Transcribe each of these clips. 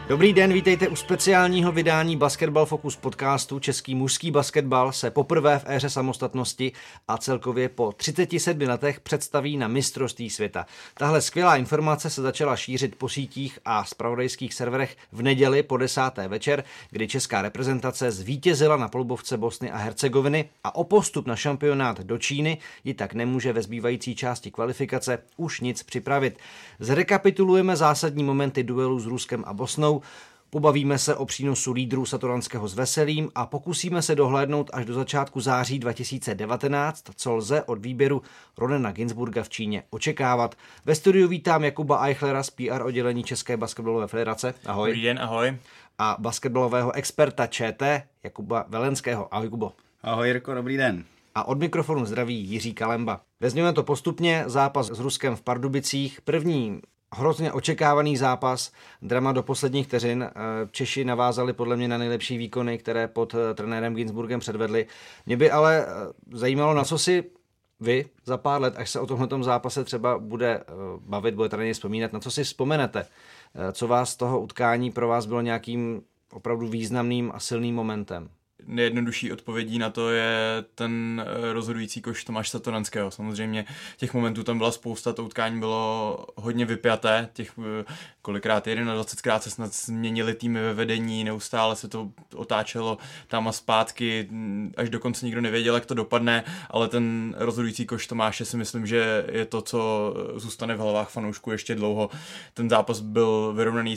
Dobrý den, vítejte u speciálního vydání Basketball Focus podcastu. Český mužský basketbal se poprvé v éře samostatnosti a celkově po 37 letech představí na mistrovství světa. Tahle skvělá informace se začala šířit po sítích a zpravodajských serverech v neděli po 10. večer, kdy česká reprezentace zvítězila na polubovce Bosny a Hercegoviny a o postup na šampionát do Číny ji tak nemůže ve zbývající části kvalifikace už nic připravit. Zrekapitulujeme zásadní momenty duelu s Ruskem a Bosnou, pobavíme se o přínosu lídrů Satoranského s Veselým a pokusíme se dohlédnout až do začátku září 2019, co lze od výběru Ronena Ginsburga v Číně očekávat. Ve studiu vítám Jakuba Eichlera z PR oddělení České basketbalové federace. Ahoj. Dobrý den, ahoj. A basketbalového experta ČT Jakuba Velenského. Ahoj, Kubo. Ahoj, Jirko, dobrý den. A od mikrofonu zdraví Jiří Kalemba. Vezměme to postupně, zápas s Ruskem v Pardubicích, první hrozně očekávaný zápas, drama do posledních vteřin. Češi navázali podle mě na nejlepší výkony, které pod trenérem Ginsburgem předvedli. Mě by ale zajímalo, na co si vy za pár let, až se o tomhletom zápase třeba bude bavit, budete na něj vzpomínat, na co si vzpomenete? Co vás z toho utkání pro vás bylo nějakým opravdu významným a silným momentem? Nejjednodušší odpovědí na to je ten rozhodující koš Tomáše Satoranského. Samozřejmě těch momentů tam byla spousta, to utkání bylo hodně vypjaté, těch kolikrát 21krát se snad změnili týmy ve vedení, neustále se to otáčelo tam a zpátky, až dokonce nikdo nevěděl, jak to dopadne, ale ten rozhodující koš Tomáše si myslím, že je to, co zůstane v hlavách fanoušků ještě dlouho. Ten zápas byl vyrovnaný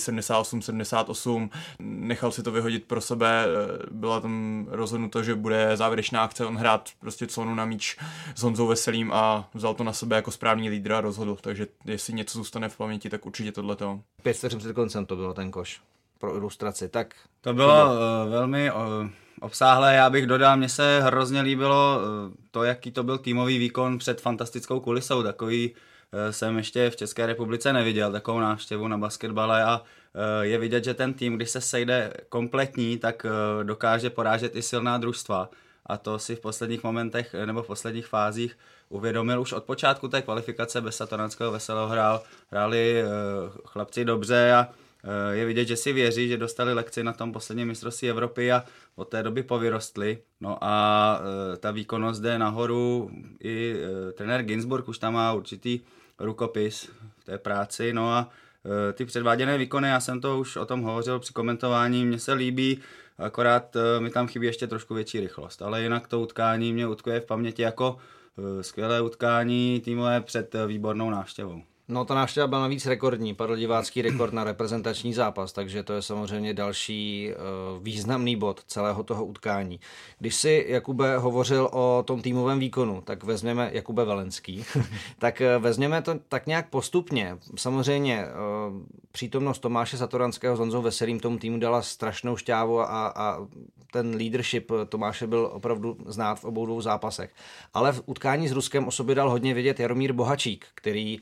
78-78, nechal si to vyhodit pro sebe, byla tam rozhodnuto, že bude závěrečná akce, on hrát prostě clonu na míč s Honzou Veselým a vzal to na sebe jako správný lídr a rozhodl, takže jestli něco zůstane v paměti, tak určitě tohleto. 5 vteřin před koncem to bylo ten koš pro ilustraci, tak to bylo velmi obsáhlé, já bych dodal, mně se hrozně líbilo to, jaký to byl týmový výkon před fantastickou kulisou, takový jsem ještě v České republice neviděl, takovou návštěvu na basketbale a je vidět, že ten tým, když se sejde kompletní, tak dokáže porážet i silná družstva a to si v posledních momentech nebo v posledních fázích uvědomil už od počátku té kvalifikace bez Satoranského Veselého hráli chlapci dobře a je vidět, že si věří, že dostali lekci na tom posledním mistrovství Evropy a od té doby povyrostli. No a ta výkonnost jde nahoru, i trenér Ginsburg už tam má určitý rukopis v té práci, no a ty předváděné výkony, já jsem to už o tom hovořil při komentování, mně se líbí, akorát mi tam chybí ještě trošku větší rychlost, ale jinak to utkání mě utkuje v paměti jako skvělé utkání týmové před výbornou návštěvou. No, ta návštěva byla navíc rekordní, padl divácký rekord na reprezentační zápas, takže to je samozřejmě další významný bod celého toho utkání. Když si, Jakube, hovořil o tom týmovém výkonu, tak vezměme Jakube Velenský, tak vezměme to tak nějak postupně. Samozřejmě přítomnost Tomáše Satoranského s Honzou Veselým tomu týmu dala strašnou šťávu a ten leadership Tomáše byl opravdu znát v obou dvou zápasech. Ale v utkání s Ruskem o sobě dal hodně vědět Jaromír Bohačík, který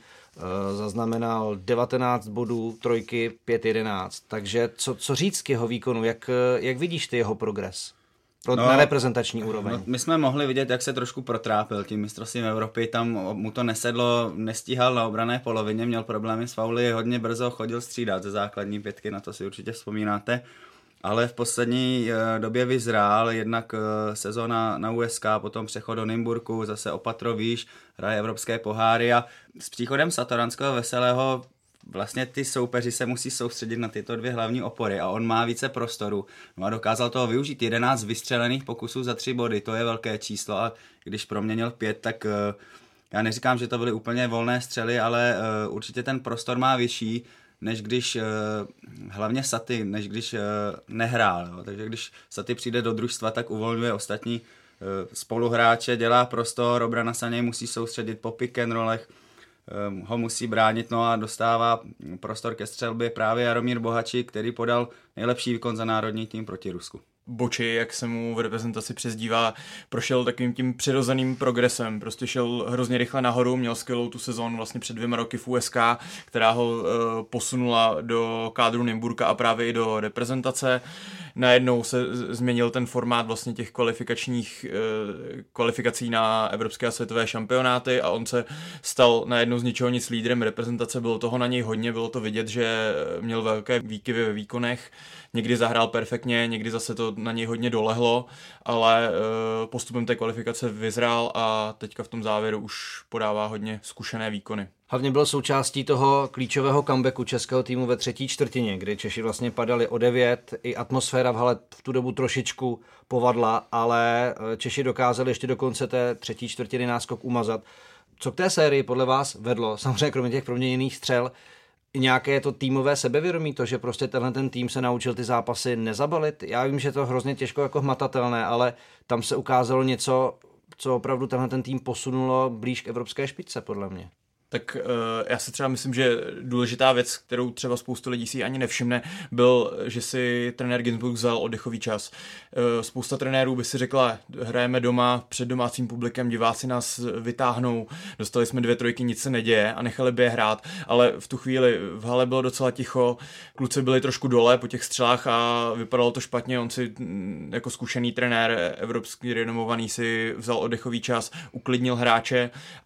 zaznamenal 19 bodů, trojky, 5-11. Takže co říct k jeho výkonu? Jak vidíš ty jeho progres na reprezentační úroveň? No, my jsme mohli vidět, jak se trošku protrápil tím mistrovstvím Evropy, tam mu to nesedlo, nestíhal na obranné polovině, měl problémy s fauly, hodně brzo chodil střídat ze základní pětky, na to si určitě vzpomínáte. Ale v poslední době vyzrál, jednak sezóna na USK, potom přechod do Nymburku, zase Opatro výš, hraje evropské poháry a s příchodem Satoranského Veselého vlastně ty soupeři se musí soustředit na tyto dvě hlavní opory a on má více prostoru. No a dokázal toho využít, 11 vystřelených pokusů za 3 body, to je velké číslo a když proměnil 5, tak já neříkám, že to byly úplně volné střely, ale určitě ten prostor má vyšší, než když hlavně Saty, než když nehrál. Jo. Takže když Saty přijde do družstva, tak uvolňuje ostatní spoluhráče, dělá prostor, obrana se něj musí soustředit po pick and rollech, ho musí bránit, no a dostává prostor ke střelbě právě Jaromír Bohačík, který podal nejlepší výkon za národní tým proti Rusku. Boči, jak se mu v reprezentaci přezdívá, prošel takovým tím přirozeným progresem, prostě šel hrozně rychle nahoru, měl skvělou tu sezónu vlastně před 2 roky v USK, která ho posunula do kádru Nymburka a právě i do reprezentace. Najednou se změnil ten formát vlastně těch kvalifikací na evropské a světové šampionáty a on se stal najednou z ničeho nic lídrem reprezentace, bylo toho na něj hodně, bylo to vidět, že měl velké výkyvy ve výkonech, někdy zahrál perfektně, někdy zase to na něj hodně dolehlo, ale postupem té kvalifikace vyzrál a teďka v tom závěru už podává hodně zkušené výkony. Hlavně byl součástí toho klíčového comebacku českého týmu ve třetí čtvrtině, kdy Češi vlastně padali o 9, i atmosféra v hale v tu dobu trošičku povadla, ale Češi dokázali ještě do konce té třetí čtvrtiny náskok umazat. Co k té sérii podle vás vedlo, samozřejmě kromě těch proměněných střel, nějaké to týmové sebevědomí, to, že prostě ten tým se naučil ty zápasy nezabalit? Já vím, že je to hrozně těžko jako hmatatelné, ale tam se ukázalo něco, co opravdu ten tým posunulo blíž k evropské špičce, podle mě. Tak já si třeba myslím, že důležitá věc, kterou třeba spoustu lidí si ani nevšimne, byl, že si trenér Ginzburg vzal oddechový čas. Spousta trenérů by si řekla, hrajeme doma před domácím publikem, diváci nás vytáhnou, dostali jsme 2 trojky, nic se neděje a nechali by je hrát, ale v tu chvíli v hale bylo docela ticho, kluci byli trošku dole po těch střelách a vypadalo to špatně, on si jako zkušený trenér, evropský renomovaný, si vzal oddechový čas, uklidnil hráče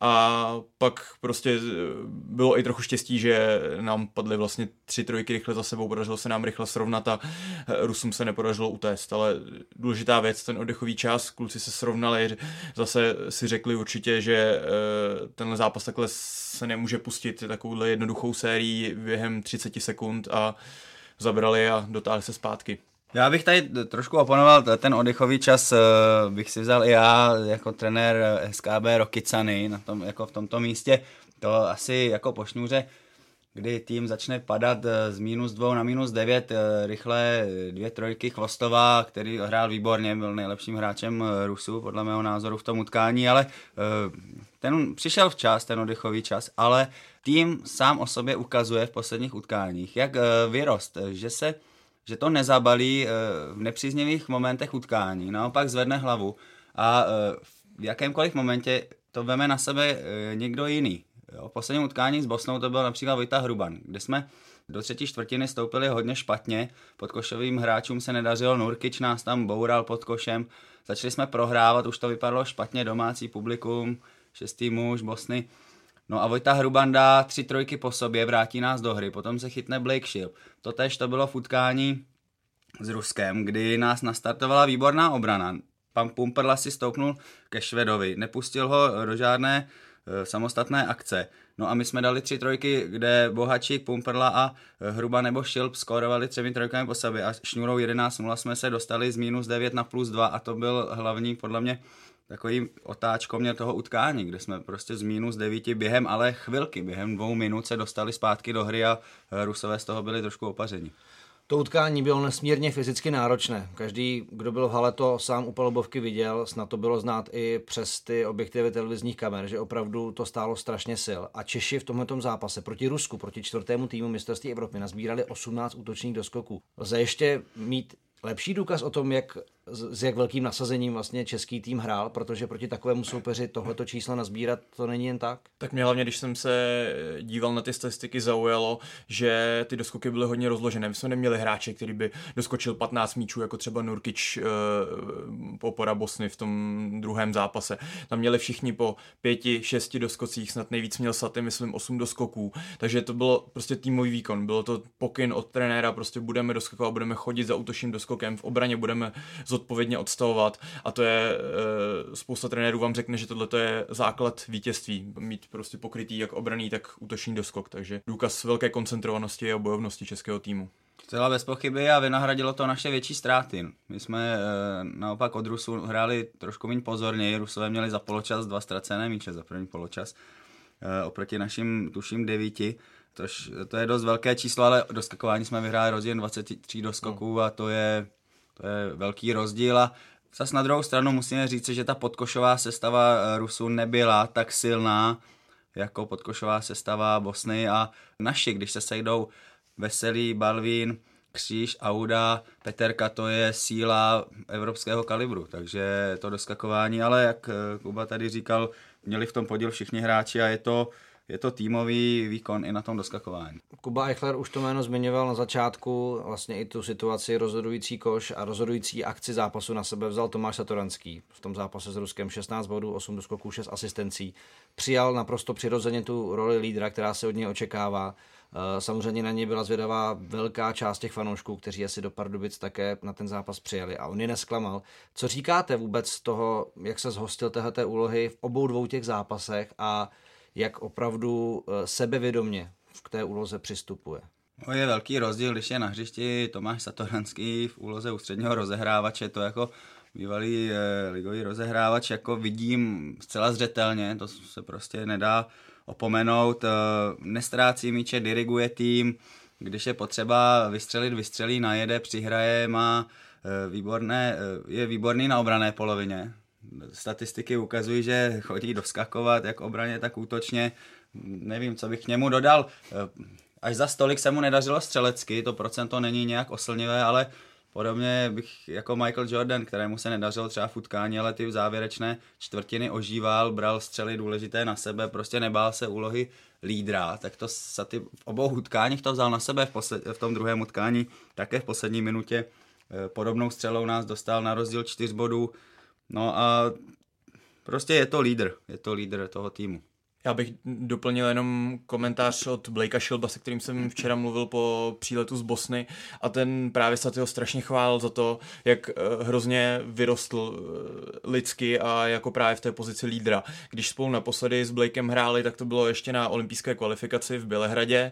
a pak prostě bylo i trochu štěstí, že nám padly vlastně 3 trojky rychle za sebou, podařilo se nám rychle srovnat a Rusům se nepodařilo utéct, ale důležitá věc, ten oddechový čas, kluci se srovnali, zase si řekli určitě, že tenhle zápas takhle se nemůže pustit takovouhle jednoduchou sérii během 30 sekund a zabrali a dotáhli se zpátky. Já bych tady trošku oponoval, ten oddechový čas bych si vzal i já jako trenér SKB Rokycany jako v tomto místě. To asi jako po šňůře, kdy tým začne padat z -2 na -9, rychle 2 trojky, Chvostová, který hrál výborně, byl nejlepším hráčem Rusů, podle mého názoru v tom utkání, ale ten přišel včas, ten oddechový čas, ale tým sám o sobě ukazuje v posledních utkáních, jak vyrost, že to nezabalí v nepříznivých momentech utkání, naopak zvedne hlavu a v jakémkoliv momentě to veme na sebe někdo jiný. Jo, v posledním utkání s Bosnou to byl například Vojta Hruban, kde jsme do třetí čtvrtiny stoupili hodně špatně, pod košovým hráčům se nedařilo, Nurkič nás tam boural pod košem, začali jsme prohrávat, už to vypadalo špatně, domácí publikum, 6. muž Bosny. No a Vojta Hruban dá 3 trojky po sobě, vrátí nás do hry, potom se chytne Blake Shield. Totéž to bylo v utkání s Ruskem, kdy nás nastartovala výborná obrana. Pan Pumperla si stoupnul ke Švedovi, nepustil ho do žádné samostatné akce. No a my jsme dali 3 trojky, kde Bohačík, Pumperla a Hruba nebo Šilp skórovali 3 trojkami po sobě a šňůrou 11-0 jsme se dostali z -9 na +2 a to byl hlavní podle mě takový otáčkoměr toho utkání, kde jsme prostě z -9 během ale chvilky, během 2 minut se dostali zpátky do hry a Rusové z toho byli trošku opaření. To utkání bylo nesmírně fyzicky náročné. Každý, kdo byl v hale, to sám u palubovky viděl, snad to bylo znát i přes ty objektivy televizních kamer, že opravdu to stálo strašně sil. A Češi v tomhletom zápase proti Rusku, proti 4. týmu mistrovství Evropy nazbírali 18 útočných doskoků. Lze ještě mít lepší důkaz o tom, s jak velkým nasazením vlastně český tým hrál, protože proti takovému soupeři tohleto číslo nazbírat, to není jen tak? Tak mě hlavně, když jsem se díval na ty statistiky, zaujalo, že ty doskoky byly hodně rozložené. My jsme neměli hráče, který by doskočil 15 míčů, jako třeba Nurkič, opora Bosny v tom druhém zápase. Tam měli všichni po 5-6 doskocích, snad nejvíc měl Saty, myslím 8 doskoků. Takže to bylo prostě týmový výkon. Bylo to pokyn od trenéra, prostě budeme doskokovat, budeme chodit za útočným doskokem, v obraně budeme zodpovědně odstavovat a to je, spousta trenérů vám řekne, že tohle je základ vítězství, mít prostě pokrytý jak obranný, tak útočný doskok, takže důkaz velké koncentrovanosti a bojovnosti českého týmu. Zcela bez pochyby a vynahradilo to naše větší ztráty. My jsme naopak od Rusů hráli trošku méně pozorněji, Rusové měli za poločas 2 ztracené míče za první poločas, oproti našim tuším 9. To je dost velké číslo, ale doskakování jsme vyhráli rozdíl 23 doskoků a to je velký rozdíl a zase na druhou stranu musíme říct, že ta podkošová sestava Rusů nebyla tak silná jako podkošová sestava Bosny a naši, když se sejdou Veselý, Balvín, Kříž, Auda, Peterka, to je síla evropského kalibru, takže to doskakování, ale jak Kuba tady říkal, měli v tom podíl všichni hráči a je to týmový výkon i na tom doskakování. Kuba Eichler už to jméno zmiňoval na začátku, vlastně i tu situaci rozhodující koš a rozhodující akci zápasu na sebe vzal Tomáš Satoranský. V tom zápase s Ruskem 16 bodů, 8 doskoků, 6 asistencí. Přijal naprosto přirozeně tu roli lídra, která se od něj očekává. Samozřejmě na něj byla zvědavá velká část těch fanoušků, kteří asi do Pardubic také na ten zápas přijeli a on je nesklamal. Co říkáte vůbec z toho, jak se zhostil téhleté úlohy v obou dvou těch zápasech a jak opravdu sebevědomě k té úloze přistupuje? Je velký rozdíl, když je na hřišti Tomáš Satoranský v úloze ústředního rozehrávače, to jako bývalý ligový rozehrávač, jako vidím zcela zřetelně, to se prostě nedá opomenout, nestrácí míče, diriguje tým, když je potřeba vystřelí, najede, přihraje, je výborný na obranné polovině. Statistiky ukazují, že chodí doskakovat jak obraně, tak útočně. Nevím, co bych k němu dodal. Až za stolik se mu nedařilo střelecky, to procento není nějak oslnivé, ale podobně bych jako Michael Jordan, kterému se nedařilo třeba v utkání, ale ty závěrečné čtvrtiny ožíval, bral střely důležité na sebe, prostě nebál se úlohy lídra, tak to v obou utkáních to vzal na sebe, v tom druhém utkání také v poslední minutě podobnou střelou nás dostal na rozdíl 4 bodů. No a prostě je to lídr toho týmu. Já bych doplnil jenom komentář od Blakea Shilba, se kterým jsem včera mluvil po příletu z Bosny a ten právě se ho strašně chválil za to, jak hrozně vyrostl lidsky a jako právě v té pozici lídra. Když spolu naposledy s Blakem hráli, tak to bylo ještě na olympijské kvalifikaci v Bělehradě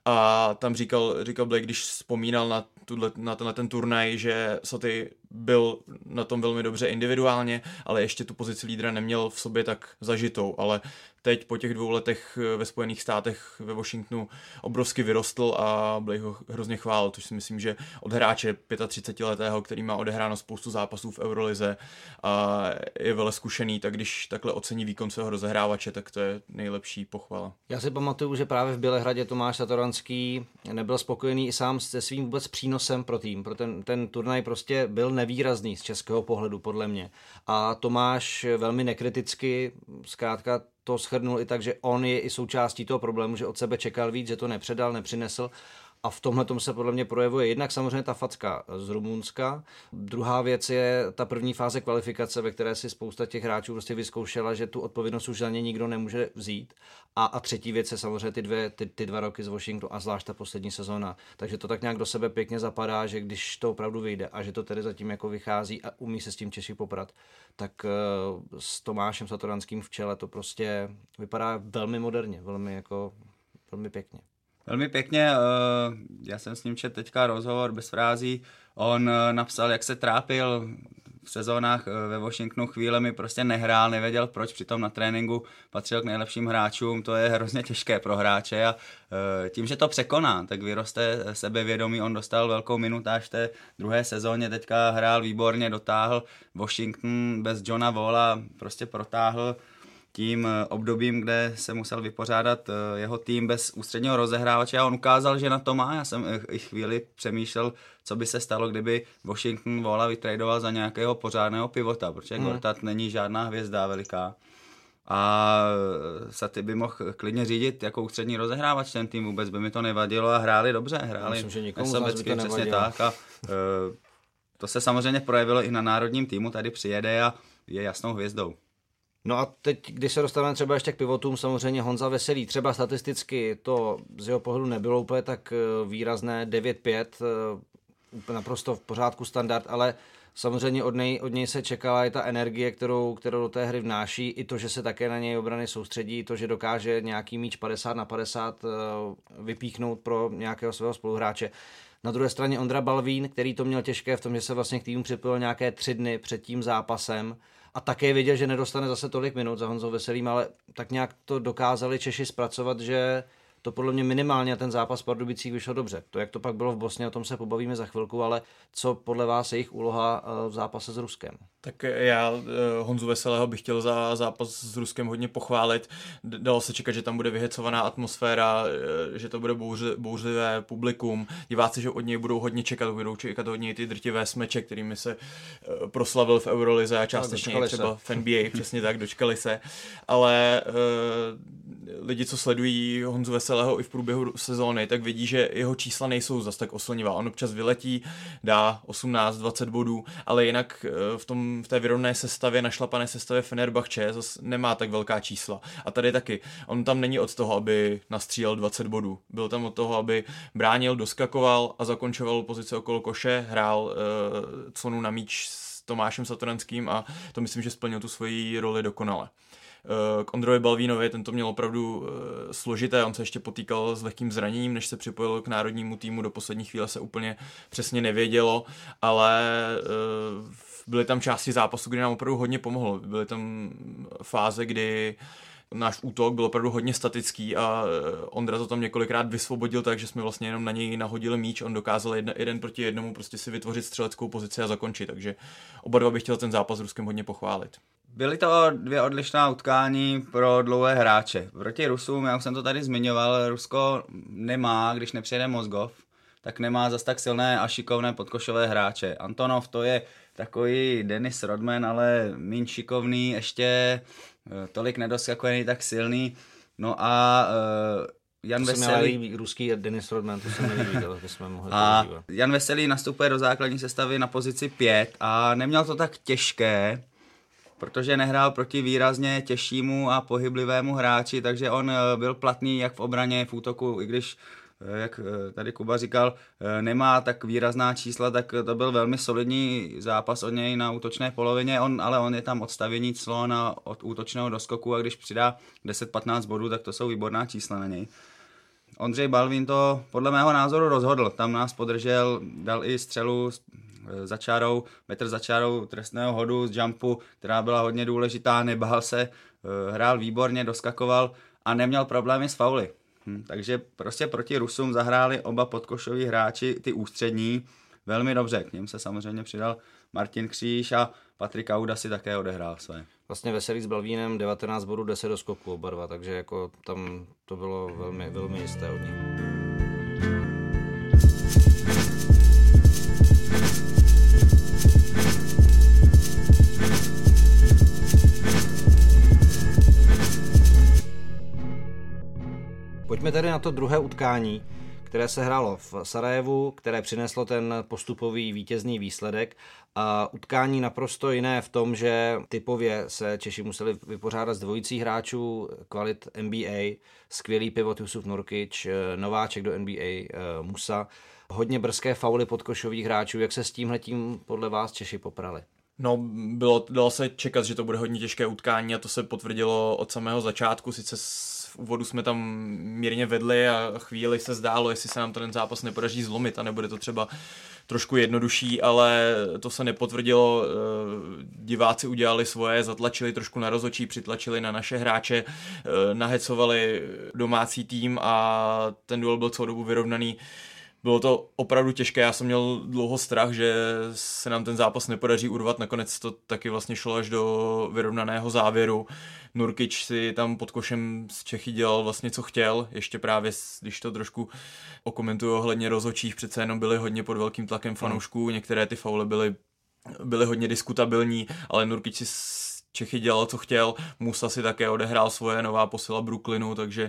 a tam říkal Blake, když vzpomínal na ten turnaj, že Saty byl na tom velmi dobře individuálně, ale ještě tu pozici lídra neměl v sobě tak zažitou, ale teď po těch 2 letech ve Spojených státech ve Washingtonu obrovsky vyrostl a Blake ho hrozně chválil, což si myslím, že od hráče 35letého, který má odehráno spoustu zápasů v Eurolize a je veleskušený, tak když takhle ocení výkon svého rozehrávače, tak to je nejlepší pochvala. Já si pamatuju, že právě v Bělehradě Tomáš Satoranský nebyl spokojený i sám se svým vůbec přínosem pro tým, pro ten turnaj prostě byl nevýrazný z českého pohledu podle mě. A Tomáš velmi nekriticky zkrátka to shrnul i tak, že on je i součástí toho problému, že od sebe čekal víc, že to nepředal, nepřinesl. A v tomhle se podle mě projevuje jednak samozřejmě ta facka z Rumunska. Druhá věc je ta první fáze kvalifikace, ve které si spousta těch hráčů prostě vyzkoušela, že tu odpovědnost už za ně nikdo nemůže vzít. A třetí věc je samozřejmě ty 2 roky z Washingtonu a zvlášť ta poslední sezóna. Takže to tak nějak do sebe pěkně zapadá, že když to opravdu vyjde a že to tedy zatím jako vychází a umí se s tím Češi poprat, tak s Tomášem Satoranským v čele to prostě vypadá velmi moderně, velmi pěkně. Velmi pěkně, já jsem s ním četl teďka rozhovor bez frází, on napsal, jak se trápil v sezónách ve Washingtonu, chvílemi prostě nehrál, nevěděl proč, přitom na tréninku patřil k nejlepším hráčům, to je hrozně těžké pro hráče a tím, že to překoná, tak vyroste sebevědomí, on dostal velkou minutáž v té druhé sezóně, teďka hrál výborně, dotáhl Washington bez Johna Walla, prostě protáhl tím obdobím, kde se musel vypořádat jeho tým bez ústředního rozehrávače a on ukázal, že na to má. Já jsem i chvíli přemýšlel, co by se stalo, kdyby Washington Walla vytradoval za nějakého pořádného pivota, protože Gortat není žádná hvězda veliká. A Saty by mohl klidně řídit jako ústřední rozehrávač ten tým, vůbec by mi to nevadilo a hráli dobře, hráli nesobecky, přesně tak a to se samozřejmě projevilo i na národním týmu, tady přijede a je jasnou hvězdou. No a teď, když se dostaneme třeba ještě k pivotům, samozřejmě Honza Veselý, třeba statisticky to z jeho pohledu nebylo úplně tak výrazné, 9-5, naprosto v pořádku standard, ale samozřejmě od něj se čekala i ta energie, kterou do té hry vnáší, i to, že se také na něj obrany soustředí, to, že dokáže nějaký míč 50/50 vypíchnout pro nějakého svého spoluhráče. Na druhé straně Ondra Balvín, který to měl těžké v tom, že se vlastně k týmu připojil nějaké 3 dny před tím zápasem a také věděl, že nedostane zase tolik minut za Honzou Veselým, ale tak nějak to dokázali Češi zpracovat, že to podle mě minimálně ten zápas v Pardubicích vyšlo dobře. To, jak to pak bylo v Bosně, o tom se pobavíme za chvilku, ale co podle vás je jejich úloha v zápase s Ruskem? Tak já Honzu Veselého bych chtěl za zápas s Ruskem hodně pochválit. Dalo se čekat, že tam bude vyhecovaná atmosféra, že to bude bouřlivé publikum. Diváci, že od něj budou hodně čekat od něj ty drtivé smeče, kterými se proslavil v Eurolize a částečně i třeba v NBA, přesně tak, dočkali se. Ale lidi, co sledují Honzu Veselého i v průběhu sezóny, tak vidí, že jeho čísla nejsou zas tak oslnivá. On občas vyletí, dá 18-20 bodů, ale jinak v té vyrovnané sestavě, našlapané sestavě Fenerbahče zase nemá tak velká čísla. A tady taky. On tam není od toho, aby nastřílel 20 bodů. Byl tam od toho, aby bránil, doskakoval a zakončoval pozice okolo koše, hrál clonu na míč s Tomášem Satoranským a to myslím, že splnil tu svoji roli dokonale. K Ondrovi Balvínovi, ten to měl opravdu složité, on se ještě potýkal s lehkým zraněním, než se připojil k národnímu týmu, do poslední chvíle se úplně přesně nevědělo, ale byly tam části zápasu, kdy nám opravdu hodně pomohlo. Byly tam fáze, kdy náš útok byl opravdu hodně statický a Ondra to tam několikrát vysvobodil, takže jsme vlastně jenom na něj nahodili míč, on dokázal jeden proti jednomu prostě si vytvořit střeleckou pozici a zakončit, takže oba dva bych chtěl ten zápas s Ruskem hodně pochválit. Byly to dvě odlišná utkání pro dlouhé hráče. Proti Rusům, já už jsem to tady zmiňoval, Rusko nemá, když nepřijede Mozgov, tak nemá zas tak silné a šikovné podkošové hráče. Antonov to je takový Dennis Rodman, ale méně šikovný, ještě tolik nedoskakuje, tak silný. No a Jan Veselý... ruský Dennis Rodman, to se mi líbí, to jsme mohli používat. Jan Veselý nastupuje do základní sestavy na pozici 5 a neměl to tak těžké, protože nehrál proti výrazně těžšímu a pohyblivému hráči, takže on byl platný jak v obraně, v útoku, i když, jak tady Kuba říkal, nemá tak výrazná čísla, tak to byl velmi solidní zápas od něj na útočné polovině, ale on je tam odstavění clon od útočného doskoku a když přidá 10-15 bodů, tak to jsou výborná čísla na něj. Ondřej Balvín to podle mého názoru rozhodl, tam nás podržel, dal i střelu metr za čárou trestného hodu z jumpu, která byla hodně důležitá, nebál se, hrál výborně, doskakoval a neměl problémy s fauly. Takže prostě proti Rusům zahráli oba podkošoví hráči, ty ústřední, velmi dobře. K ním se samozřejmě přidal Martin Kříž a Patrik Auda si také odehrál své. Vlastně Veselý s Balvínem 19 bodů, 10 do skoku oba dva, takže jako tam to bylo velmi, velmi jisté od nich. Pojďme tedy na to druhé utkání, které se hrálo v Sarajevu, které přineslo ten postupový vítězný výsledek a utkání naprosto jiné v tom, že typově se Češi museli vypořádat s dvojicí hráčů kvalit NBA, skvělý pivot Jusuf Nurkic, nováček do NBA Musa, hodně brzké fauly podkošových hráčů. Jak se s tímhletím podle vás Češi poprali? No, dalo se čekat, že to bude hodně těžké utkání a to se potvrdilo od samého začátku, sice v úvodu jsme tam mírně vedli a chvíli se zdálo, jestli se nám ten zápas nepodaří zlomit a nebude to třeba trošku jednodušší, ale to se nepotvrdilo, diváci udělali svoje, zatlačili trošku na rozhodčí, přitlačili na naše hráče, nahecovali domácí tým a ten duel byl celou dobu vyrovnaný. Bylo to opravdu těžké, já jsem měl dlouho strach, že se nám ten zápas nepodaří urvat, nakonec to taky vlastně šlo až do vyrovnaného závěru. Nurkic si tam pod košem z Čechy dělal vlastně co chtěl, ještě právě, když to trošku okomentuju ohledně rozhodčích, přece jenom byli hodně pod velkým tlakem fanoušků, některé ty fauly byly hodně diskutabilní, ale Nurkic si z Čechy dělal co chtěl, Musa si také odehrál svoje, nová posila Brooklynu, takže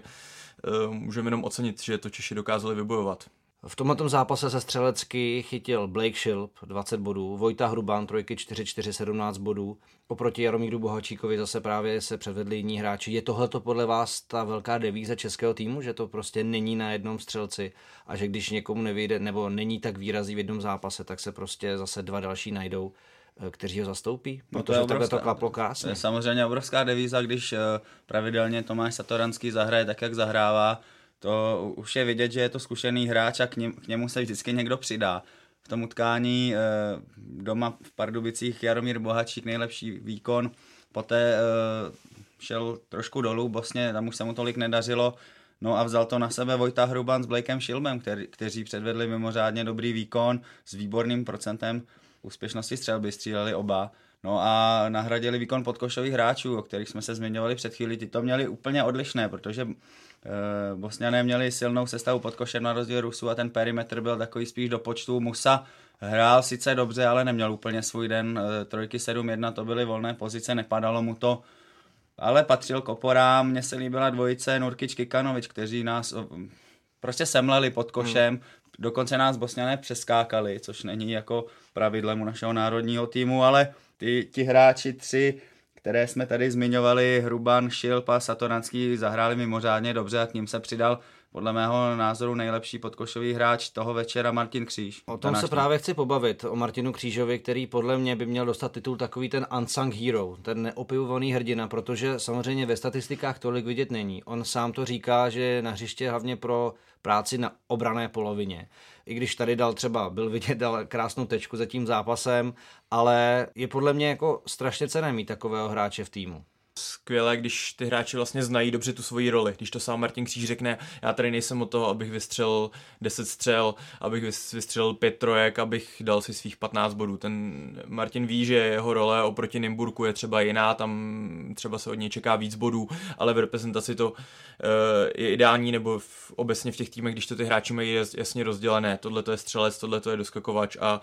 můžeme jenom ocenit, že to Češi dokázali vybojovat. V tomto zápase se střelecky chytil Blake Shilp 20 bodů, Vojta Hruban trojky 4-4 17 bodů. Oproti Jaromíru Bohačíkovi zase právě se předvedli jiní hráči. Je tohleto podle vás ta velká devíze českého týmu, že to prostě není na jednom střelci a že když někomu nevyjde nebo není tak výrazný v jednom zápase, tak se prostě zase dva další najdou, kteří ho zastoupí? Protože takhle to klaplo krásně. To je samozřejmě obrovská devíza, když pravidelně Tomáš Satoranský zahraje tak, jak zahrává. To už je vidět, že je to zkušený hráč a k němu se vždycky někdo přidá. V tom utkání doma v Pardubicích Jaromír Bohačík nejlepší výkon, poté šel trošku dolů, Bosně, tam už se mu tolik nedařilo, no a vzal to na sebe Vojta Hruban s Blakem Shilbem, kteří předvedli mimořádně dobrý výkon s výborným procentem úspěšnosti střelby, stříleli oba. No a nahradili výkon podkošových hráčů, o kterých jsme se zmiňovali před chvílí. Ty to měli úplně odlišné, protože Bosňané měli silnou sestavu pod košem na rozdíl Rusů a ten perimetr byl takový spíš do počtu. Musa hrál sice dobře, ale neměl úplně svůj den. 3-7-1 to byly volné pozice, nepadalo mu to, ale patřil k oporám. Mně se líbila dvojice Nurkić-Kikanović, kteří nás prostě semleli pod košem. Dokonce nás Bosňané přeskákali, což není jako pravidlem u našeho národního týmu, ale ti hráči tři, které jsme tady zmiňovali, Hruban, Šilp a Satoranský, zahráli mimořádně dobře a k ním se přidal podle mého názoru nejlepší podkošový hráč toho večera Martin Kříž. O tom se právě chci pobavit, o Martinu Křížovi, který podle mě by měl dostat titul takový ten unsung hero, ten neopivovaný hrdina, protože samozřejmě ve statistikách tolik vidět není. On sám to říká, že je na hřiště hlavně pro práci na obranné polovině. I když tady byl vidět, dal krásnou tečku za tím zápasem, ale je podle mě jako strašně cenné mít takového hráče v týmu. Skvělé, když ty hráči vlastně znají dobře tu svoji roli. Když to sám Martin Kříž řekne, já tady nejsem od toho, abych vystřelil 10 střel, abych vystřelil 5 trojek, abych dal si svých 15 bodů. Ten Martin ví, že jeho role oproti Nymburku je třeba jiná, tam třeba se od něj čeká víc bodů, ale v reprezentaci to je ideální, nebo obecně v těch týmech, když to ty hráči mají jasně rozdělené. Tohle to je střelec, tohle to je doskakovač a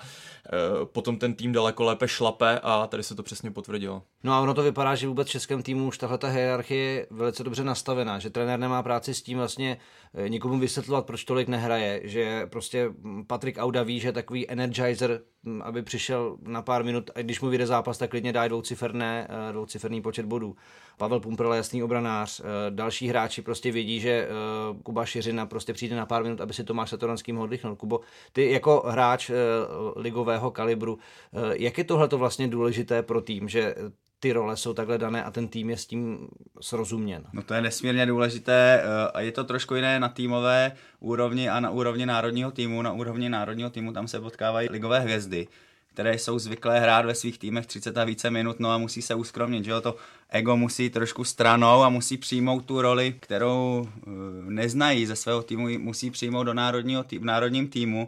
potom ten tým daleko lépe šlape a tady se to přesně potvrdilo. No a ono to vypadá, že vůbec v českém týmu už tahle hierarchie je velice dobře nastavená, že trenér nemá práci s tím vlastně nikomu vysvětlovat, proč tolik nehraje, že prostě Patrik Auda ví, že je takový energizer, aby přišel na pár minut a když mu vyjde zápas, tak klidně dá dvouciferný počet bodů. Pavel Pumprla, jasný obranář, další hráči prostě vědí, že Kuba Šiřina prostě přijde na pár minut, aby si Tomáš Satoranský mohl oddychnout. Kubo, ty jako hráč ligového kalibru, jak je tohleto vlastně důležité pro tým, že ty role jsou takhle dané a ten tým je s tím srozuměn? No to je nesmírně důležité a je to trošku jiné na týmové úrovni a na úrovni národního týmu. Na úrovni národního týmu tam se potkávají ligové hvězdy, které jsou zvyklé hrát ve svých týmech 30 a více minut, no a musí se uskromnit, že jo, to ego musí trošku stranou a musí přijmout tu roli, kterou neznají ze svého týmu, musí přijmout do národním týmu.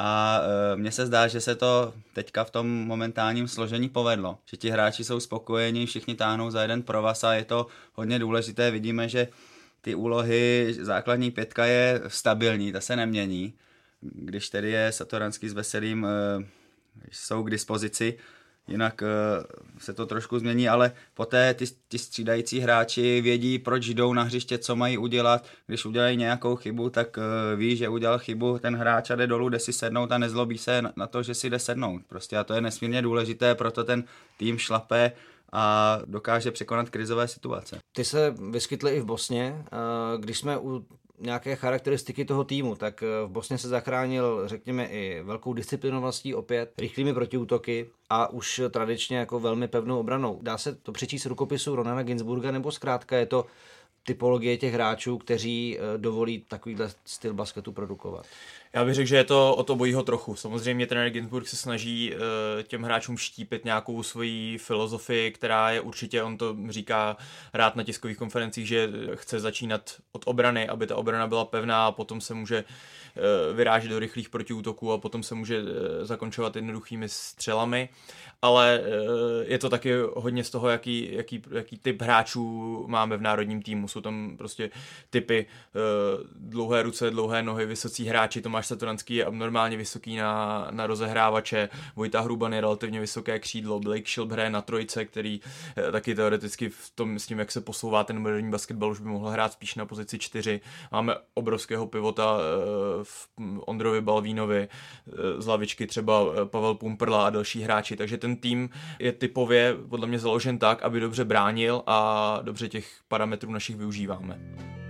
A mně se zdá, že se to teďka v tom momentálním složení povedlo. Že ti hráči jsou spokojení, všichni táhnou za jeden provaz a je to hodně důležité. Vidíme, že ty úlohy, základní pětka je stabilní, ta se nemění. Když tedy je Satoranský s Veselým jsou k dispozici, jinak se to trošku změní, ale poté ty střídající hráči vědí, proč jdou na hřiště, co mají udělat. Když udělají nějakou chybu, tak ví, že udělal chybu ten hráč a jde dolů, jde si sednout a nezlobí se na to, že si jde sednout. Prostě a to je nesmírně důležité, proto ten tým šlape a dokáže překonat krizové situace. Ty se vyskytly i v Bosně, když jsme u nějaké charakteristiky toho týmu, tak v Bosně se zachránil, řekněme, i velkou disciplinovaností opět, rychlými protiútoky a už tradičně jako velmi pevnou obranou. Dá se to přečíst rukopisu Ronana Ginsburga, nebo zkrátka je to typologie těch hráčů, kteří dovolí takovýhle styl basketu produkovat? Já bych řekl, že je to o to bojího trochu. Samozřejmě trenér Ginsburg se snaží těm hráčům štípit nějakou svoji filozofii, která je určitě, on to říká rád na tiskových konferencích, že chce začínat od obrany, aby ta obrana byla pevná a potom se může vyrážet do rychlých protiútoků a potom se může zakončovat jednoduchými střelami. Ale je to taky hodně z toho, jaký typ hráčů máme v národním týmu. Jsou tam prostě typy dlouhé ruce, dlouhé nohy, vysocí hráči. Tomáš Satoranský je abnormálně vysoký na rozehrávače, Vojta Hruban je relativně vysoké křídlo, Blake Šilp hraje na trojce, který taky teoreticky s tím, jak se posouvá ten moderní basketbal, už by mohl hrát spíš na pozici 4. Máme obrovského pivota v Ondrovi Balvínovi, z lavičky třeba Pavel Pumprla a další hráči, takže ten tým je typově podle mě založen tak, aby dobře bránil a dobře těch parametrů našich využíváme.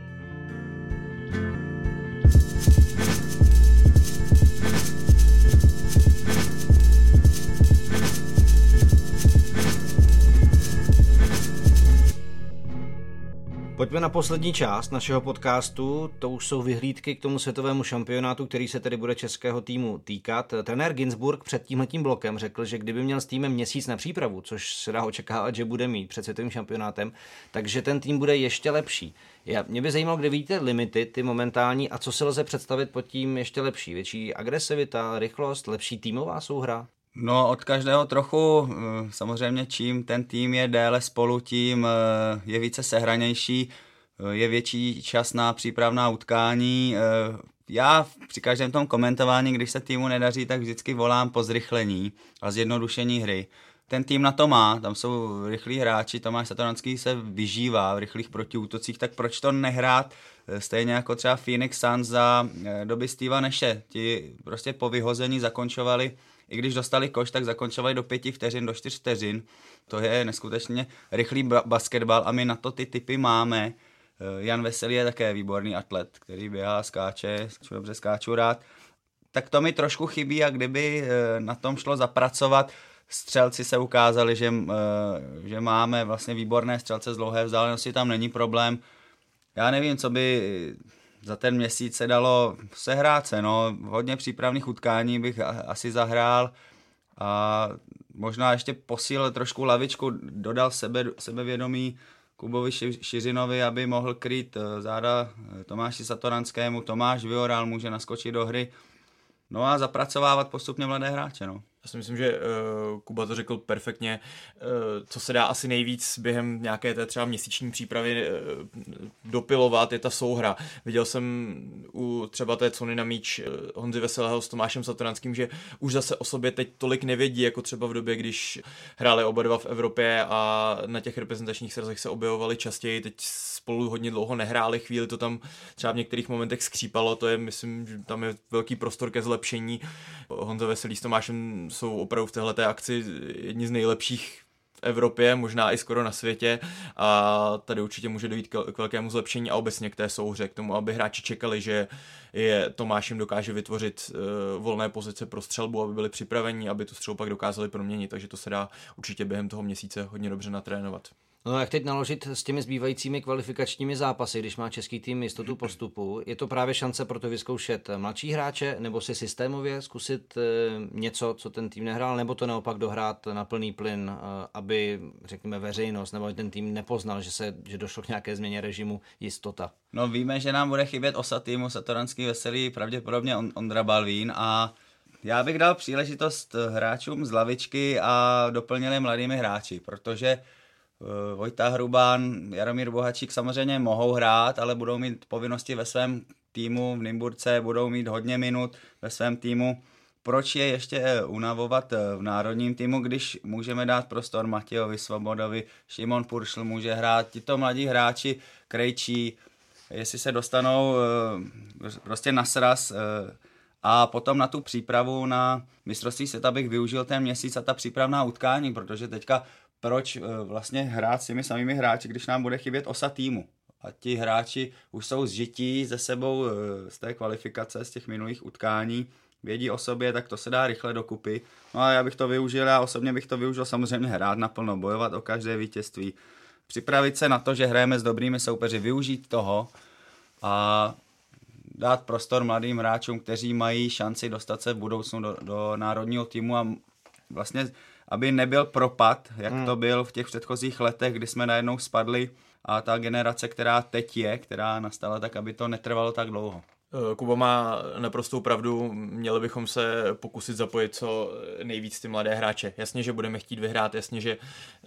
Pojďme na poslední část našeho podcastu, to už jsou vyhlídky k tomu světovému šampionátu, který se tedy bude českého týmu týkat. Trenér Ginsburg před tímhletím blokem řekl, že kdyby měl s týmem měsíc na přípravu, což se dá očekávat, že bude mít před světovým šampionátem, takže ten tým bude ještě lepší. Mě by zajímalo, kde vidíte limity, ty momentální, a co se lze představit pod tím ještě lepší? Větší agresivita, rychlost, lepší týmová souhra? No od každého trochu, samozřejmě čím ten tým je déle spolu, tím je více sehranější, je větší čas na přípravná utkání. Já při každém tom komentování, když se týmu nedaří, tak vždycky volám po zrychlení a zjednodušení hry. Ten tým na to má, tam jsou rychlí hráči, Tomáš Satoranský se vyžívá v rychlých protiútocích, tak proč to nehrát stejně jako třeba Phoenix Suns za doby Steva Nashe. Ti prostě po vyhození zakončovali, i když dostali koš, tak zakončovali do 5 vteřin, do 4 vteřin. To je neskutečně rychlý basketbal a my na to ty typy máme. Jan Veselý je také výborný atlet, který běhá, skáče, dobře skáču rád. Tak to mi trošku chybí a kdyby na tom šlo zapracovat, střelci se ukázali, že máme vlastně výborné střelce z dlouhé vzdálenosti, tam není problém. Já nevím, co by za ten měsíc se dalo sehrát se, no. Hodně přípravných utkání bych asi zahrál a možná ještě posílil trošku lavičku, dodal sebevědomí Kubovi Šiřinovi, aby mohl krýt záda Tomáši Satoranskému, Tomáš Vyoral může naskočit do hry, no a zapracovávat postupně mladé hráče, no. Já si myslím, že Kuba to řekl perfektně. Co se dá asi nejvíc během nějaké té třeba měsíční přípravy dopilovat, je ta souhra. Viděl jsem u třeba té cony na míč Honzy Veselého s Tomášem Satoranským, že už zase o sobě teď tolik nevědí, jako třeba v době, když hráli oba dva v Evropě a na těch reprezentačních srazech se objevovali častěji. Teď spolu hodně dlouho nehráli, chvíli to tam třeba v některých momentech skřípalo, to je, myslím, že tam je velký prostor ke zlepšení. Honza Veselý s Tomášem jsou opravdu v téhleté akci jedni z nejlepších v Evropě, možná i skoro na světě a tady určitě může dojít k velkému zlepšení a obecně k té souhře, k tomu, aby hráči čekali, že je Tomáš jim dokáže vytvořit volné pozice pro střelbu, aby byli připraveni, aby tu střelbu pak dokázali proměnit, takže to se dá určitě během toho měsíce hodně dobře natrénovat. No jak teď naložit s těmi zbývajícími kvalifikačními zápasy, když má český tým jistotu postupu? Je to právě šance pro to vyzkoušet mladší hráče, nebo si systémově zkusit něco, co ten tým nehrál, nebo to naopak dohrát na plný plyn, aby, řekněme, veřejnost nebo ten tým nepoznal, že došlo k nějaké změně režimu jistota? No víme, že nám bude chybět osa týmu, Satoranský, Veselý, pravděpodobně Ondra Balvín a já bych dal příležitost hráčům z lavičky a doplnili mladými hráči, protože Vojta Hrubán, Jaromír Bohačík samozřejmě mohou hrát, ale budou mít povinnosti ve svém týmu v Nymburce, budou mít hodně minut ve svém týmu. Proč je ještě unavovat v národním týmu, když můžeme dát prostor Matějovi Svobodovi, Šimon Puršl může hrát, tito mladí hráči, Krejčí, jestli se dostanou prostě na sraz a potom na tu přípravu na mistrovství světa bych využil ten měsíc a ta přípravná utkání, protože teďka proč vlastně hrát s těmi samými hráči, když nám bude chybět osa týmu. A ti hráči už jsou zžití ze sebou z té kvalifikace, z těch minulých utkání, vědí o sobě, tak to se dá rychle dokupy. No a já bych to využil, já osobně bych to využil samozřejmě hrát naplno, bojovat o každé vítězství. Připravit se na to, že hrajeme s dobrými soupeři, využít toho a dát prostor mladým hráčům, kteří mají šanci dostat se v budoucnu do národního týmu a vlastně aby nebyl propad, jak to byl v těch předchozích letech, kdy jsme najednou spadli a ta generace, která teď je, která nastala, tak aby to netrvalo tak dlouho. Kuba má naprostou pravdu, měli bychom se pokusit zapojit co nejvíc ty mladé hráče. Jasně, že budeme chtít vyhrát, jasně, že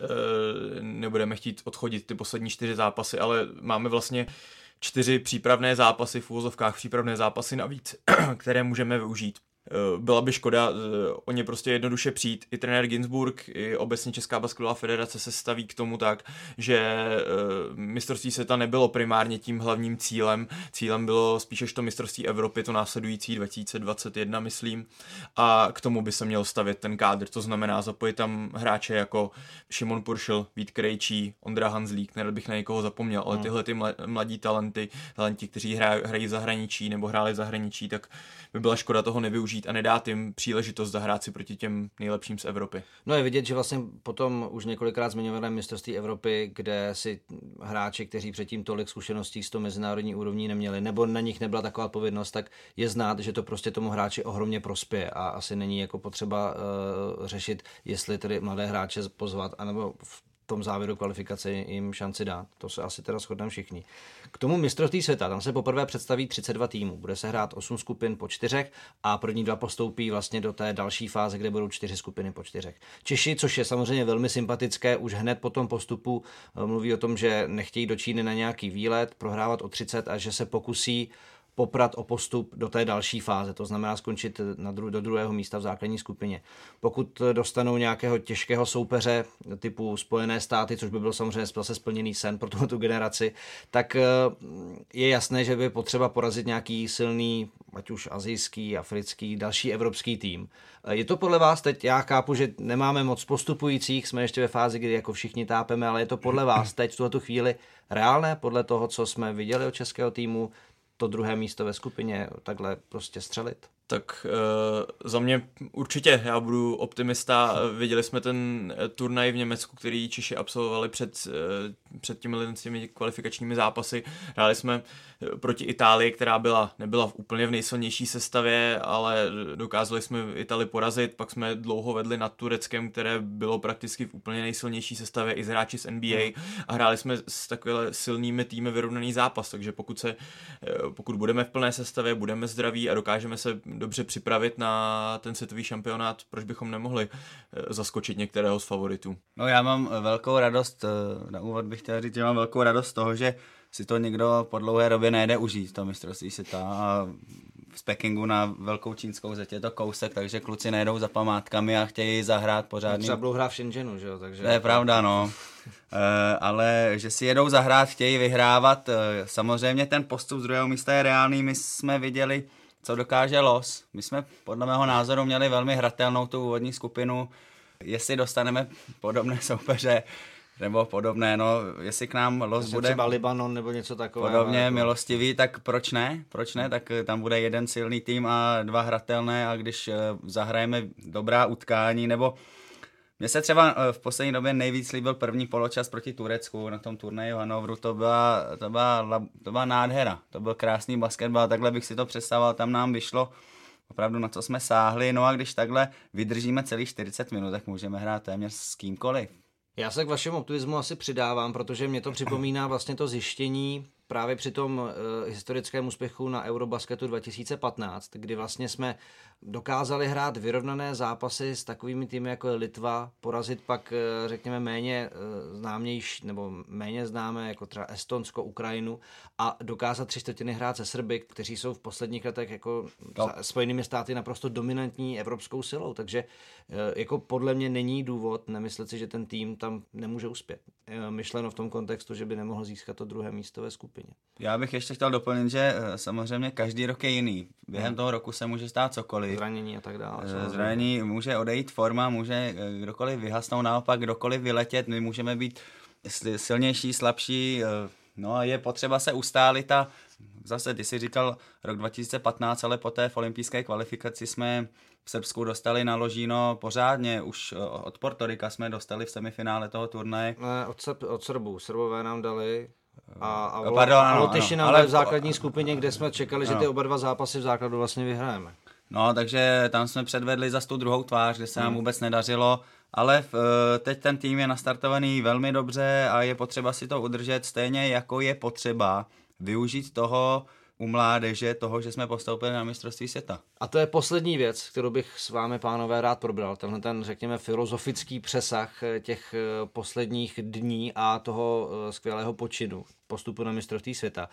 nebudeme chtít odchodit ty poslední 4 zápasy, ale máme vlastně 4 přípravné zápasy, v uvozovkách přípravné zápasy navíc, které můžeme využít. Byla by škoda o ně prostě jednoduše přijít. I trenér Ginsburg, i obecně Česká basketbalová federace se staví k tomu tak, že mistrovství světa nebylo primárně tím hlavním cílem. Cílem bylo spíše to mistrovství Evropy, to následující 2021, myslím. A k tomu by se měl stavět ten kádr. To znamená zapojit tam hráče jako Šimon Puršl, Vít Krejčí, Ondra Hanzlík, nerad bych na někoho zapomněl, ale tyhle ty mladí talenti, kteří hrají v zahraničí nebo hráli v zahraničí, tak by byla škoda toho nevyužít a nedát jim příležitost zahrát si proti těm nejlepším z Evropy. No je vidět, že vlastně potom už několikrát zmiňované mistrovství Evropy, kde si hráči, kteří předtím tolik zkušeností s tou mezinárodní úrovní neměli, nebo na nich nebyla taková odpovědnost, tak je znát, že to prostě tomu hráči ohromně prospěje a asi není jako potřeba řešit, jestli tedy mladé hráče pozvat, anebo v tom závěru kvalifikace jim šanci dát. To se asi teda shodneme všichni. K tomu mistrovství světa, tam se poprvé představí 32 týmů. Bude se hrát 8 skupin po 4 a první 2 postoupí vlastně do té další fáze, kde budou 4 skupiny po 4. Češi, což je samozřejmě velmi sympatické, už hned po tom postupu mluví o tom, že nechtějí do Číny na nějaký výlet, prohrávat o 30 a že se pokusí poprat o postup do té další fáze, to znamená skončit do druhého místa v základní skupině. Pokud dostanou nějakého těžkého soupeře typu Spojené státy, což by byl samozřejmě zase splněný sen pro tu generaci, tak je jasné, že by potřeba porazit nějaký silný, ať už asijský, africký, další evropský tým. Je to podle vás teď, já chápu, že nemáme moc postupujících, jsme ještě ve fázi, kdy jako všichni tápeme, ale je to podle vás teď v tuto chvíli reálné, podle toho, co jsme viděli od českého týmu, to druhé místo ve skupině takhle prostě střelit? Tak za mě určitě, já budu optimista. Viděli jsme ten turnaj v Německu, který Češi absolvovali před těmi kvalifikačními zápasy. Hráli jsme proti Itálii, která nebyla úplně v nejsilnější sestavě, ale dokázali jsme Itálii porazit, pak jsme dlouho vedli nad Tureckem, které bylo prakticky v úplně nejsilnější sestavě i z hráči z NBA a hráli jsme s takovými silnými týmy vyrovnaný zápas, takže pokud budeme v plné sestavě, budeme zdraví a dokážeme se dobře připravit na ten světový šampionát, proč bychom nemohli zaskočit některého z favoritů? No já mám velkou radost, na úvod bych chtěl říct, že mám velkou radost z toho, že si to někdo po dlouhé době nejde užít, to mistrovství světa a z Pekingu na velkou čínskou zeď je to kousek, takže kluci nejdou za památkami a chtějí zahrát pořádný. Třeba budou hrát v Shenzhenu, že jo? Takže... To je pravda, no. Ale že si jedou zahrát, chtějí vyhrávat. Samozřejmě ten postup z druhého místa je reálný, my jsme viděli, co dokáže los. My jsme podle mého názoru měli velmi hratelnou tu úvodní skupinu. Jestli dostaneme podobné soupeře, nebo podobné, no, jestli k nám los bude třeba Libanon nebo něco takového. Podobně jako milostivý, tak proč ne? Tak tam bude jeden silný tým a 2 hratelné a když zahrajeme dobrá utkání, nebo mně se třeba v poslední době nejvíc líbil první poločas proti Turecku na tom turnaji v Hannoveru, to byla nádhera, to byl krásný basketbal, takhle bych si to představoval, tam nám vyšlo opravdu na co jsme sáhli, no a když takhle vydržíme celých 40 minut, tak můžeme hrát téměř s kýmkoliv. Já se k vašemu optimismu asi přidávám, protože mě to připomíná vlastně to zjištění právě při tom historickém úspěchu na Eurobasketu 2015, kdy vlastně jsme dokázali hrát vyrovnané zápasy s takovými týmy jako je Litva, porazit pak řekněme méně známější nebo méně známé jako třeba Estonsko, Ukrajinu a dokázat 3/4 hrát se Srby, kteří jsou v posledních letech jako Spojenými státy naprosto dominantní evropskou silou, takže jako podle mě není důvod nemyslet si, že ten tým tam nemůže uspět. Myšleno v tom kontextu, že by nemohl získat to druhé místo ve skupině. Já bych ještě chtěl doplnit, že samozřejmě každý rok je jiný. Během toho roku se může stát cokoliv. Zranění a tak dále. Zranění, může odejít forma, může kdokoliv vyhasnout, naopak kdokoliv vyletět, my můžeme být silnější, slabší, no a je potřeba se ustálit a zase ty jsi říkal rok 2015, ale poté v olympijské kvalifikaci jsme v Srbsku dostali na ložíno pořádně, už od Portorika jsme dostali v semifinále toho turnaje. Ne, od Srbů. Srbové nám dali a Lotyši nám ale dali v základní skupině, kde jsme čekali, že ty oba 2 zápasy v základu vlastně vyhrajeme. No, takže tam jsme předvedli zas tu druhou tvář, kde se nám vůbec nedařilo, ale teď ten tým je nastartovaný velmi dobře a je potřeba si to udržet, stejně jako je potřeba využít toho u mládeže, toho, že jsme postoupili na mistrovství světa. A to je poslední věc, kterou bych s vámi, pánové, rád probral. Tenhle ten, řekněme, filozofický přesah těch posledních dní a toho skvělého počinu postupu na mistrovství světa.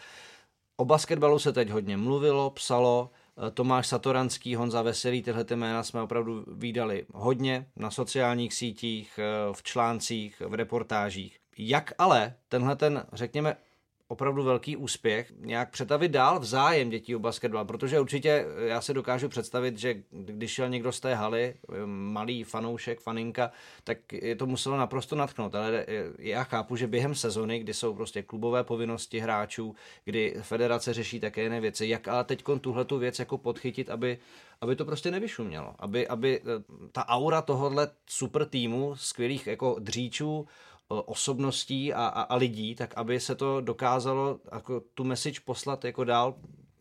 O basketbalu se teď hodně mluvilo, psalo, Tomáš Satoranský, Honza Veselý, tyhle jména jsme opravdu vídali hodně na sociálních sítích, v článcích, v reportážích. Jak ale tenhle ten, řekněme, opravdu velký úspěch nějak přetavit dál v zájem dětí o basketbal, protože určitě já si dokážu představit, že když šel někdo z té haly, malý fanoušek, faninka, tak je to muselo naprosto nadchnout, ale já chápu, že během sezony, kdy jsou prostě klubové povinnosti hráčů, kdy federace řeší také jiné věci, jak ale teďkon tuhletu věc jako podchytit, aby to prostě nevyšumělo, aby ta aura tohohle super týmu, skvělých jako dříčů, osobností a lidí, tak aby se to dokázalo jako tu message poslat jako dál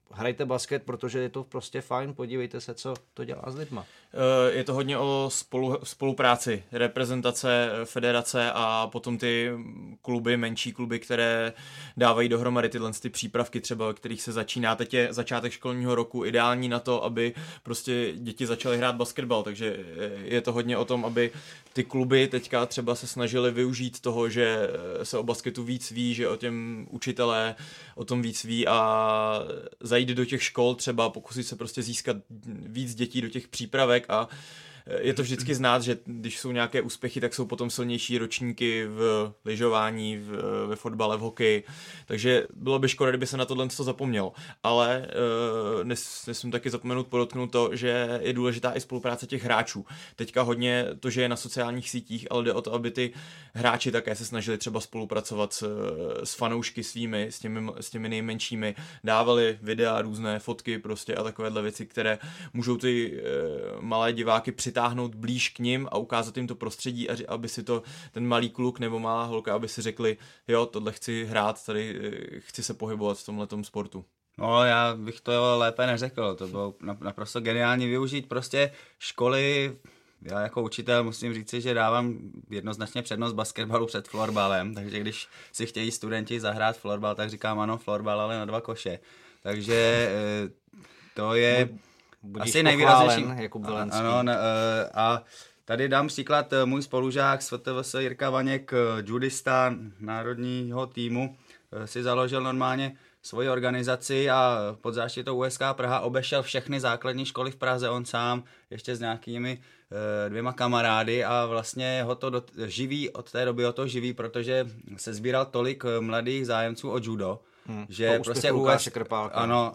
hrajte basket, protože je to prostě fajn, podívejte se, co to dělá s lidma. Je to hodně o spolupráci, reprezentace, federace a potom ty kluby, menší kluby, které dávají dohromady tyhle ty přípravky třeba, kterých se začíná. Teď je začátek školního roku ideální na to, aby prostě děti začaly hrát basketbal, takže je to hodně o tom, aby ty kluby teďka třeba se snažili využít toho, že se o basketu víc ví, že o těm učitelé o tom víc ví a zajít do těch škol třeba, pokusit se prostě získat víc dětí do těch přípravek a je to vždycky znát, že když jsou nějaké úspěchy, tak jsou potom silnější ročníky v lyžování, ve fotbale, v hokeji. Takže bylo by škoda, kdyby se na tohle zapomnělo. Ale nesmím taky zapomenout podotknout to, že je důležitá i spolupráce těch hráčů. Teďka hodně to, že je na sociálních sítích, ale jde o to, aby ty hráči také se snažili třeba spolupracovat s fanoušky svými, s těmi nejmenšími, dávali videa, různé fotky prostě a takovéhle věci, které můžou ty malé diváky přitáhnout blíž k nim a ukázat jim to prostředí, a aby si to ten malý kluk nebo malá holka, aby si řekli, jo, tohle chci hrát, tady chci se pohybovat v tomhletom sportu. No, já bych to lépe neřekl, to bylo naprosto geniální využít prostě školy. Já jako učitel musím říci, že dávám jednoznačně přednost basketbalu před florbalem, takže když si chtějí studenti zahrát florbal, tak říkám ano, florbal, ale na 2 koše. Takže to je asi nejvýraznější. Ano, a tady dám příklad, můj spolužák z FTVS Jirka Vaněk, judista národního týmu, si založil normálně svoji organizaci a pod záštitou USK Praha obešel všechny základní školy v Praze, on sám, ještě s nějakými 2 kamarády a vlastně ho to živí, od té doby ho to živí, protože se sbíral tolik mladých zájemců o judo, že prostě ano,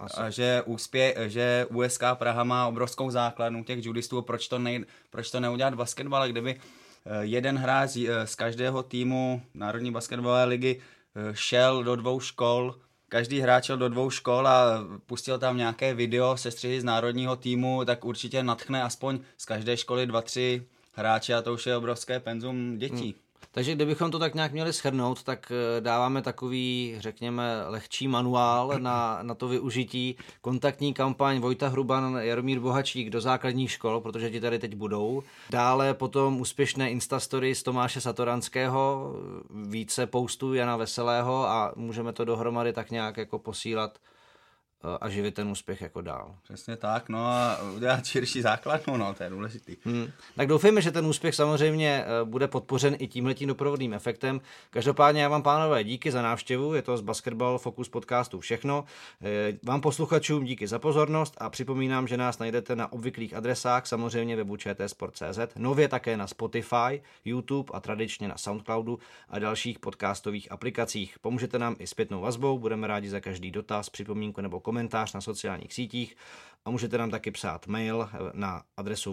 že USK Praha má obrovskou základnu těch judistů, proč to neudělat v basketbale, kdyby jeden hráč z každého týmu Národní basketbalové ligy šel do 2 škol, každý hráč šel do 2 škol a pustil tam nějaké video sestřihy z národního týmu, tak určitě nadchne aspoň z každé školy 2-3 hráče a to už je obrovské penzum dětí. Takže kdybychom to tak nějak měli shrnout, tak dáváme takový, řekněme, lehčí manuál na to využití. Kontaktní kampaň Vojta Hruban, Jaromír Bohačík do základních škol, protože ti tady teď budou. Dále potom úspěšné Instastory z Tomáše Satoranského, více postů Jana Veselého a můžeme to dohromady tak nějak jako posílat a živit ten úspěch jako dál. Přesně tak, no a udělat širší základnu, no, to je důležitý. Tak doufejme, že ten úspěch samozřejmě bude podpořen i tímhletím doprovodným efektem. Každopádně já vám, pánové, díky za návštěvu, je to z Basketball Focus podcastu všechno. Vám posluchačům díky za pozornost a připomínám, že nás najdete na obvyklých adresách, samozřejmě webu čtsport.cz, nově také na Spotify, YouTube a tradičně na Soundcloudu a dalších podcastových aplikacích. Pomůžete nám i zpětnou vazbou, budeme rádi za každý dotaz, připomínku nebo komentář na sociálních sítích a můžete nám taky psát mail na adresu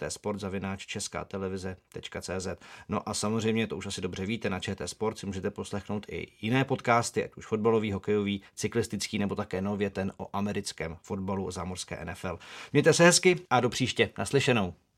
webčtsport@českatelevize.cz. No a samozřejmě, to už asi dobře víte, na ČT Sport si můžete poslechnout i jiné podcasty, ať už fotbalový, hokejový, cyklistický nebo také nově ten o americkém fotbalu zámořské NFL. Mějte se hezky a do příště. Naslyšenou.